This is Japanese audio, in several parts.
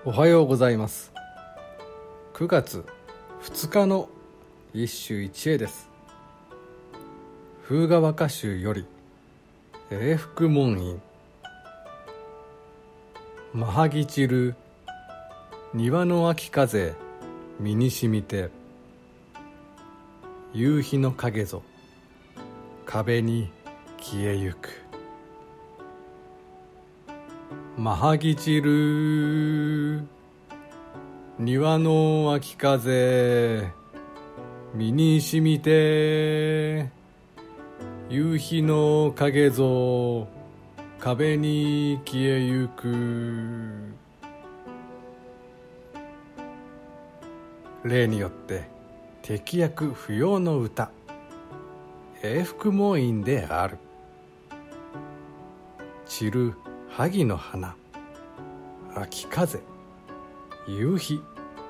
おはようございます。9月2日の一首一会です。風雅和歌集より永福門院。まはぎ散る庭の秋風身にしみて、夕日の影ぞ壁に消えゆく。まはぎ散る庭の秋風身にしみて、夕日の影ぞ壁に消えゆく。例によって適訳不要の歌、永福門院である。散る萩の花、秋風、夕日、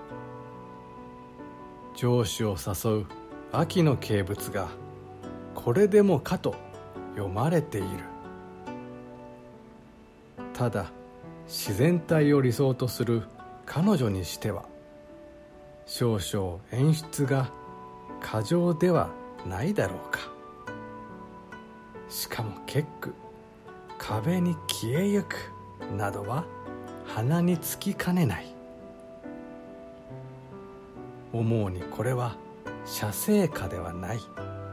上司を誘う秋の景物がこれでもかと読まれている。ただ自然体を理想とする彼女にしては少々演出が過剰ではないだろうか。しかも結句壁に消えゆくなどは鼻につきかねない。思うにこれは写生歌ではない。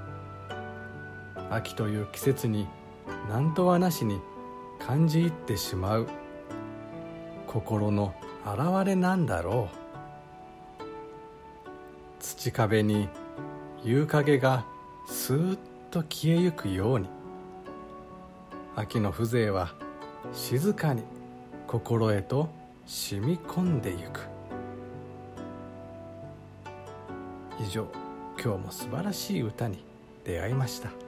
秋という季節に何とはなしに感じ入ってしまう心の表れなんだろう。土壁に夕影がスーッと消えゆくように、秋の風情は静かに心へと染み込んでゆく。以上、今日も素晴らしい歌に出会いました。